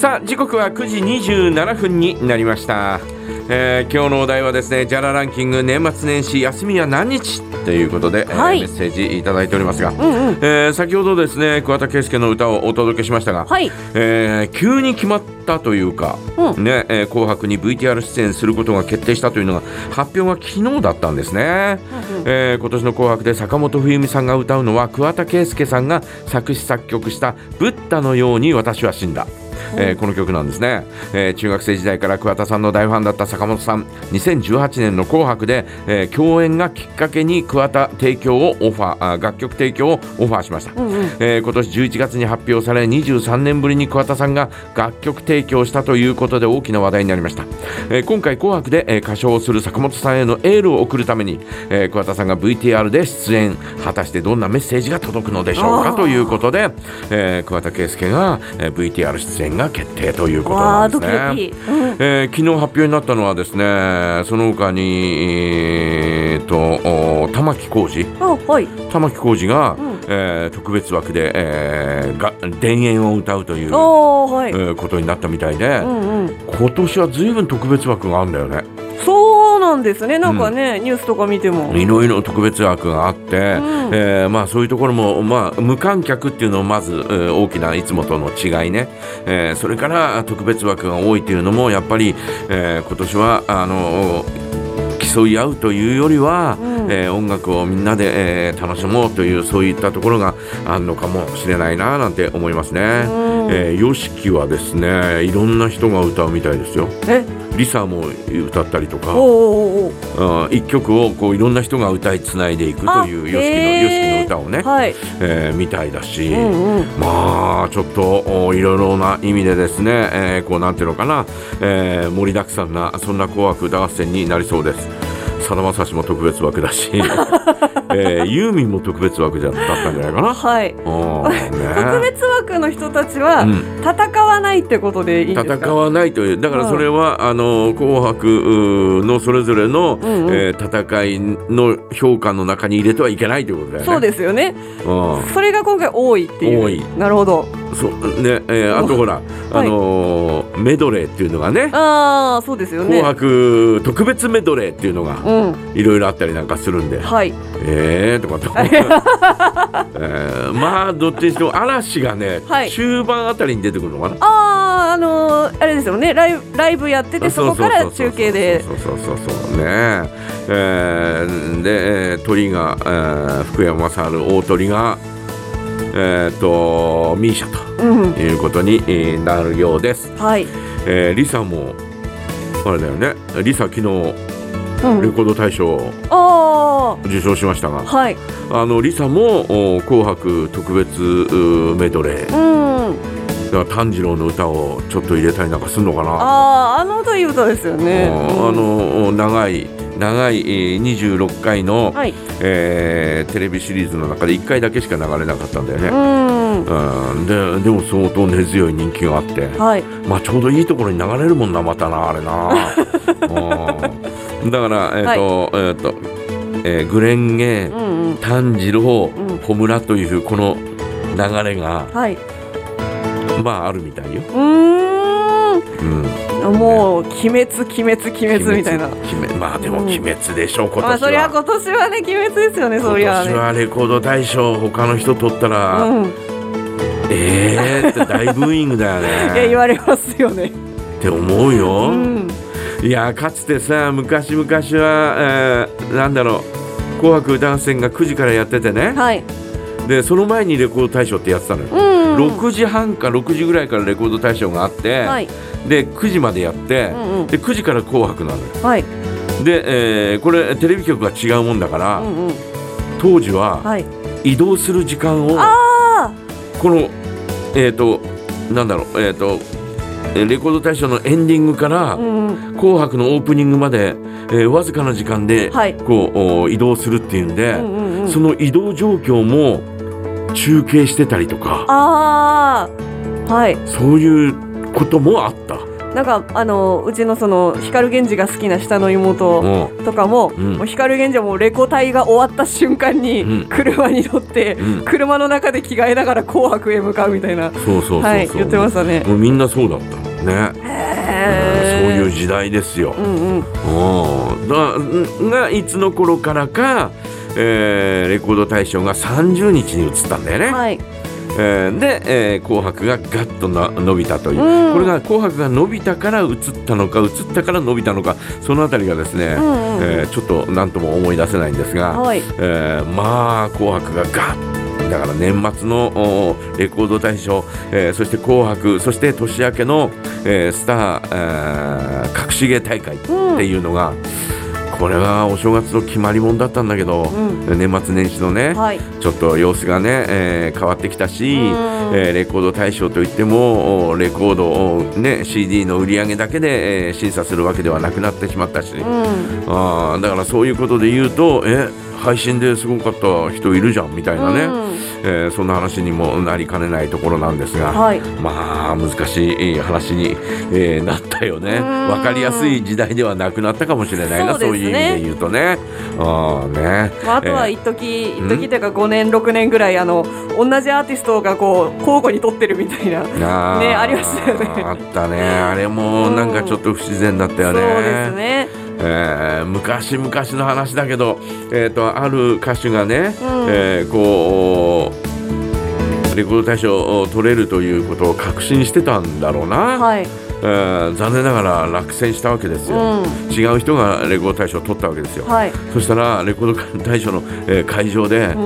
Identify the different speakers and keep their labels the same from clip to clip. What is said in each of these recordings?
Speaker 1: さあ時刻は9時27分になりました。今日のお題はですね、ジャラランキング年末年始休みは何日ということで、
Speaker 2: はい、
Speaker 1: メッセージいただいておりますが、先ほどですね桑田佳祐の歌をお届けしましたが、はい、急に決まったというか、ね、紅白に VTR 出演することが決定したというのが発表が昨日だったんですね。今年の紅白で坂本冬美さんが歌うのは桑田佳祐さんが作詞作曲したブッダのように私は死んだ、この曲なんですね。中学生時代から桑田さんの大ファンだった坂本さん、2018年の紅白で、共演がきっかけに桑田提供を楽曲提供をオファーしました。今年11月に発表され23年ぶりに桑田さんが楽曲提供したということで大きな話題になりました。今回紅白で、歌唱をする坂本さんへのエールを送るために、桑田さんが VTR で出演、果たしてどんなメッセージが届くのでしょうかということで、桑田佳祐が、VTR 出演が決定ということなんですね。昨日発表になったのはですね、その他に、玉置浩二、玉置浩二が、特別枠で、田園を歌うという、ことになったみたいで、今年は随分特別枠があるんだよね。
Speaker 2: そうなんですね。なんかね、ニュースとか見ても
Speaker 1: いろいろ特別枠があって、そういうところも、無観客っていうのもまず、大きないつもとの違いね、それから特別枠が多いというのもやっぱり、今年は競い合うというよりは、音楽をみんなで、楽しもうというそういったところがあるのかもしれないななんて思いますね。YOSHIKIはですね、いろんな人が歌うみたいですよ。リサも歌ったりとか、一曲をこういろんな人が歌いつないでいくというYOSHIKIの歌をね、みたいだし、ちょっといろいろな意味でですね、こうなんていうのかな、盛りだくさんなそんな紅白歌合戦になりそうです。さだまさしも特別枠だし、ユーミンも特別枠だったんじゃないかな。
Speaker 2: 特別枠の人たちは戦わないってことでいいんですか？
Speaker 1: 戦わないという、だからそれは、紅白のそれぞれの、戦いの評価の中に入れてはいけないということだよね。
Speaker 2: そうですよね。それが今回多いっていう。多い。なるほど。
Speaker 1: そうね、あとほら、メドレーっていうのがね、
Speaker 2: そうですよね。
Speaker 1: 紅白特別メドレーっていうのがいろいろあったりなんかするんで、とかとどっちにしても嵐がね、中盤あたりに出てくるのかな。
Speaker 2: あれですよね、ライブやってて、そこから中継で。
Speaker 1: そうね。で、鳥が、福山雅治、大鳥がミーシャということになるようです。リサもあれだよね。リサ昨日レコード大賞を受賞しましたが、リサも紅白特別メドレー、だから炭治郎の歌をちょっと入れたりなんかするのかな。
Speaker 2: あの歌いい歌ですよね。
Speaker 1: 長い26回の、テレビシリーズの中で1回だけしか流れなかったんだよね。でも相当根強い人気があって、ちょうどいいところに流れるもんな、またなあれな。だからグレンゲ、炭治郎、ホムラというこの流れが、あるみたいよ。
Speaker 2: もう鬼滅みたいな。
Speaker 1: でも鬼滅でしょ、今年は。
Speaker 2: そりゃ今年はね、鬼滅ですよね。そりゃね。
Speaker 1: 今年はレコード大賞他の人取ったら、って大ブーイングだよね。
Speaker 2: いや、言われますよね
Speaker 1: って思うよ。いや、かつてさ、昔は、紅白歌合戦が9時からやっててね、でその前にレコード大賞ってやってたのよ。6時半か6時ぐらいからレコード大賞があって、で9時までやって、で9時から紅白なのよ。で、これテレビ局が違うもんだから、当時は、移動する時間をこのレコード大賞のエンディングから、紅白のオープニングまで、わずかな時間で、こう移動するっていうんで、その移動状況も中継してたりとか、そういうこともあった。
Speaker 2: なんかうちのその光源氏が好きな下の妹とかも、もう光源氏はもうレコ大が終わった瞬間に車に乗って、車の中で着替えながら紅白へ向かうみたいな、はい、言ってましたね。
Speaker 1: もうみんなそうだったね。そういう時代ですよ。がいつの頃からか、レコード大賞が30日に移ったんだよね。はい。で、紅白がガッと伸びたという、これが紅白が伸びたから移ったのか移ったから伸びたのか、そのあたりがですね、ちょっと何とも思い出せないんですが、はい、まあ紅白がガッだから年末のレコード大賞、そして紅白、そして年明けの、スター隠し芸大会っていうのが、これはお正月の決まりもんだったんだけど、年末年始のね、はい、ちょっと様子がね、変わってきたし、レコード大賞といってもレコードを、ね、CD の売り上げだけで、審査するわけではなくなってしまったし、だからそういうことで言うと配信ですごかった人いるじゃんみたいなね、そんな話にもなりかねないところなんですが、はい、まあ難しい話に、なったよね。分かりやすい時代ではなくなったかもしれないな、そういう意味で言うとね。
Speaker 2: あとは一時というか5年6年ぐらい同じアーティストがこう交互に撮ってるみたいなね、ありましたよね。
Speaker 1: あったね。あれもなんかちょっと不自然だったよね。
Speaker 2: そうですね。
Speaker 1: 昔々の話だけど、ある歌手がね、こうレコード大賞を取れるということを確信してたんだろうな。はい、残念ながら落選したわけですよ。違う人がレコード大賞を取ったわけですよ。はい、そしたらレコード大賞の、会場で、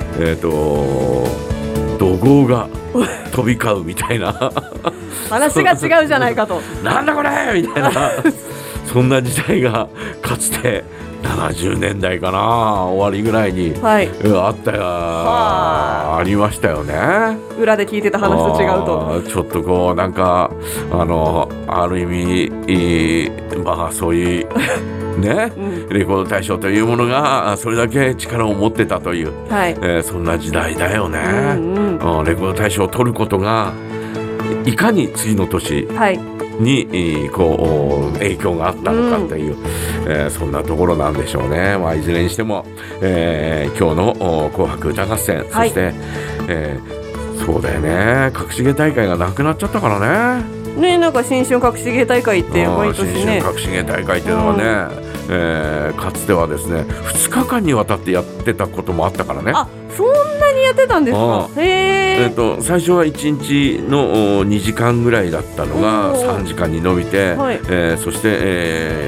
Speaker 1: 怒号が飛び交うみたいな
Speaker 2: 話が違うじゃないかと
Speaker 1: なんだこれみたいなそんな時代がかつて70年代かな終わりぐらいに、はい、あったよ、ありましたよね。
Speaker 2: 裏で聞いてた話と違うと
Speaker 1: ちょっとこうなんかある意味まあそういうね、レコード大賞というものがそれだけ力を持ってたという、はい、そんな時代だよね。レコード大賞を取ることがいかに次の年、はいにこう影響があったのかという、そんなところなんでしょうね。まあ、いずれにしても、今日の紅白歌合戦、はい、そして、そうだよね、隠し芸大会がなくなっちゃったからね。
Speaker 2: なんか新春隠し芸大会って毎年ね、
Speaker 1: 新春隠し芸大会っていうのはね、かつてはですね2日間にわたってやってたこともあったからね。
Speaker 2: あ、そんなにやってたんですか。
Speaker 1: 最初は1日の2時間ぐらいだったのが3時間に伸びて、はい、そして、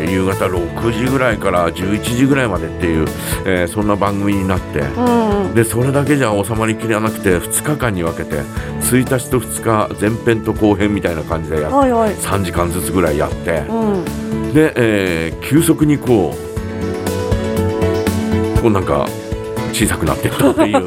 Speaker 1: 夕方6時ぐらいから11時ぐらいまでっていう、そんな番組になって、でそれだけじゃ収まりきれなくて2日間に分けて1日と2日前編と後編みたいな感じでやって、はいはい、3時間ずつぐらいやって、で、急速にこうなんか小さくなっていったっていう、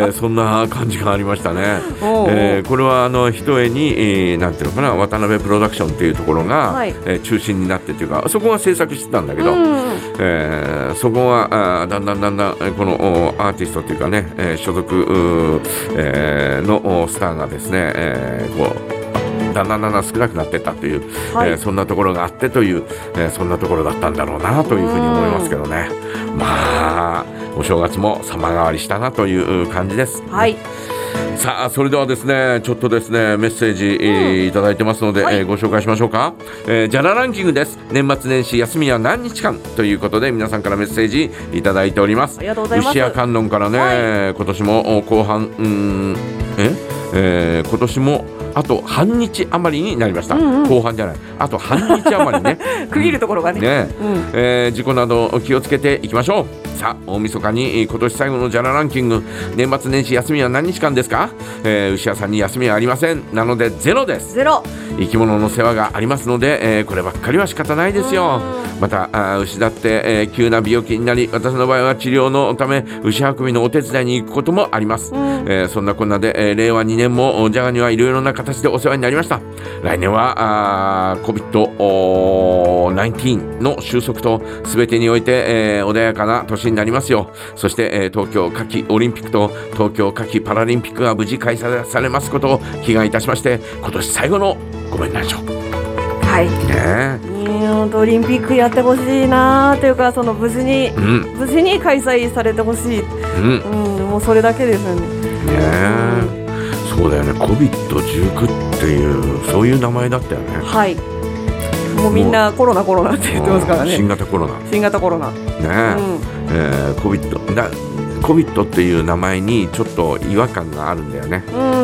Speaker 1: そんな感じがありましたね。これはひとえに、なんていうのかな、渡辺プロダクションっていうところが、はい、中心になってというか、そこが制作してたんだけど、そこはだんだんこのアーティストっていうかね、所属、のスターがですね、こうだんだん少なくなっていったという、はい、そんなところがあってという、そんなところだったんだろうなというふうに思いますけどね。まあお正月も様変わりしたなという感じです。はい。さあそれではですねちょっとですねメッセージ、いただいてますので、はい、ご紹介しましょうか。ジャラランキングです。年末年始休みは何日間ということで皆さんからメッセージいただいております。
Speaker 2: ありがとうございます。
Speaker 1: 牛屋観音からね、はい、今年も後半今年もあと半日余りになりました。後半じゃない、あと半日余りね
Speaker 2: 区切るところがね、
Speaker 1: 事故など気をつけていきましょう。さあ大晦日に今年最後のジャラランキング、年末年始休みは何日間ですか。牛屋さんに休みはありません。なのでゼロです。
Speaker 2: ゼロ。
Speaker 1: 生き物の世話がありますので、こればっかりは仕方ないですよ。また牛だって、急な病気になり、私の場合は治療のため牛運びのお手伝いに行くこともあります。そんなこんなで、令和2年もジャガにはいろいろな形でお世話になりました。来年はCOVID-19 の収束と全てにおいて、穏やかな年になりますよ。そして、東京夏季オリンピックと東京夏季パラリンピックが無事開催されますことを祈願いたしまして、今年最後のごめんなさい。
Speaker 2: はい
Speaker 1: ね、
Speaker 2: オリンピックやってほしいなというか、その無事に開催されてほしい、もうそれだけですよね。
Speaker 1: そうだよね。 COVID-19 っていうそういう名前だったよね。
Speaker 2: はい、もうみんなコロナって言ってますからね。
Speaker 1: 新型コロナね、COVID っていう名前にちょっと違和感があるんだよね。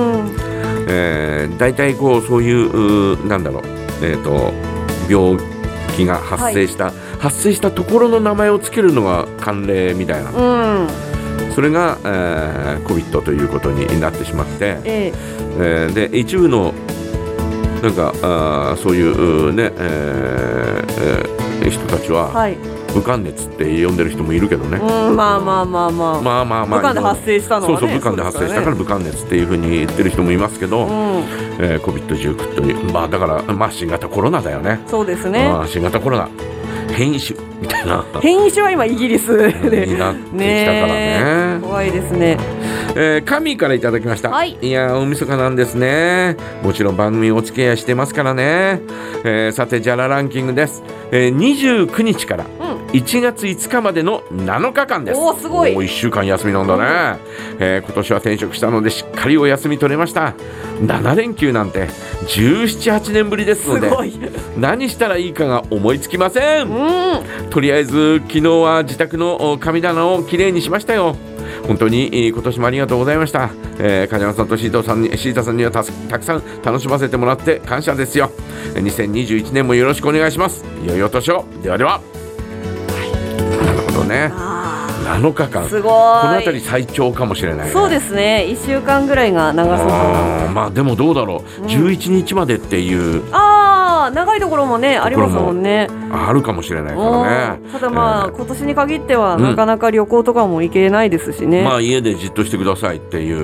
Speaker 1: だいたいこうそういうなんだろう、病気が発生したところの名前をつけるのが慣例みたいな、それが、COVID ということになってしまって、で一部のなんかそういうね、人たちは、武漢熱って呼んでる人もいるけどね。
Speaker 2: まあ武漢で発生したのはね。
Speaker 1: そう武漢で発生したから武漢熱っていうふうに言ってる人もいますけど、COVID-19 という、だから新型コロナだよね。
Speaker 2: そうですね。
Speaker 1: 新型コロナ変異種みたいな。
Speaker 2: 変異種は今イギリスで
Speaker 1: になってきたからね。
Speaker 2: 怖いですね。
Speaker 1: カミーからいただきました。いや大晦日なんですね。もちろん番組お付き合いしてますからね。さてじゃらランキングです。29日から1月5日までの7日間です。
Speaker 2: すごい。
Speaker 1: 1週間休みなんだね。今年は転職したのでしっかりお休み取れました。7連休なんて17、8年ぶりですので、何したらいいかが思いつきません。とりあえず昨日は自宅の神棚をきれいにしましたよ。本当に今年もありがとうございました。梶山さんとシータさんにはたくさん楽しませてもらって感謝ですよ。2021年もよろしくお願いします。良いお年を。ではでは。なるほどね。7日間、
Speaker 2: すごい。
Speaker 1: この辺り最長かもしれないね。
Speaker 2: そうですね。1週間ぐらいが長そうかな。
Speaker 1: でもどうだろう、11日までっていう
Speaker 2: 長いところもねありますもんね。あ
Speaker 1: るかもしれないからね。
Speaker 2: ただ今年に限ってはなかなか旅行とかも行けないですしね。
Speaker 1: 家でじっとしてくださいっていう、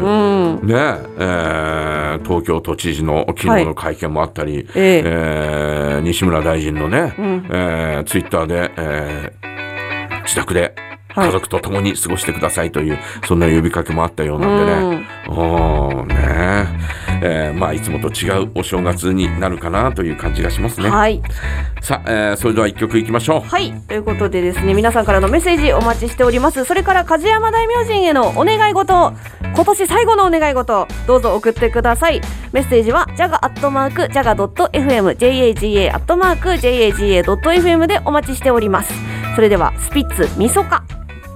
Speaker 1: 東京都知事の昨日の会見もあったり、西村大臣のね、ツイッターで、自宅で家族と共に過ごしてくださいという、そんな呼びかけもあったようなんでね。いつもと違うお正月になるかなという感じがしますね。さあ、それでは一曲いきましょう。
Speaker 2: ということでですね、皆さんからのメッセージお待ちしております。それから梶山大明神へのお願い事、今年最後のお願い事、どうぞ送ってください。メッセージは jaga@jaga.fm jaga@jaga.fm でお待ちしております。それではスピッツみそか。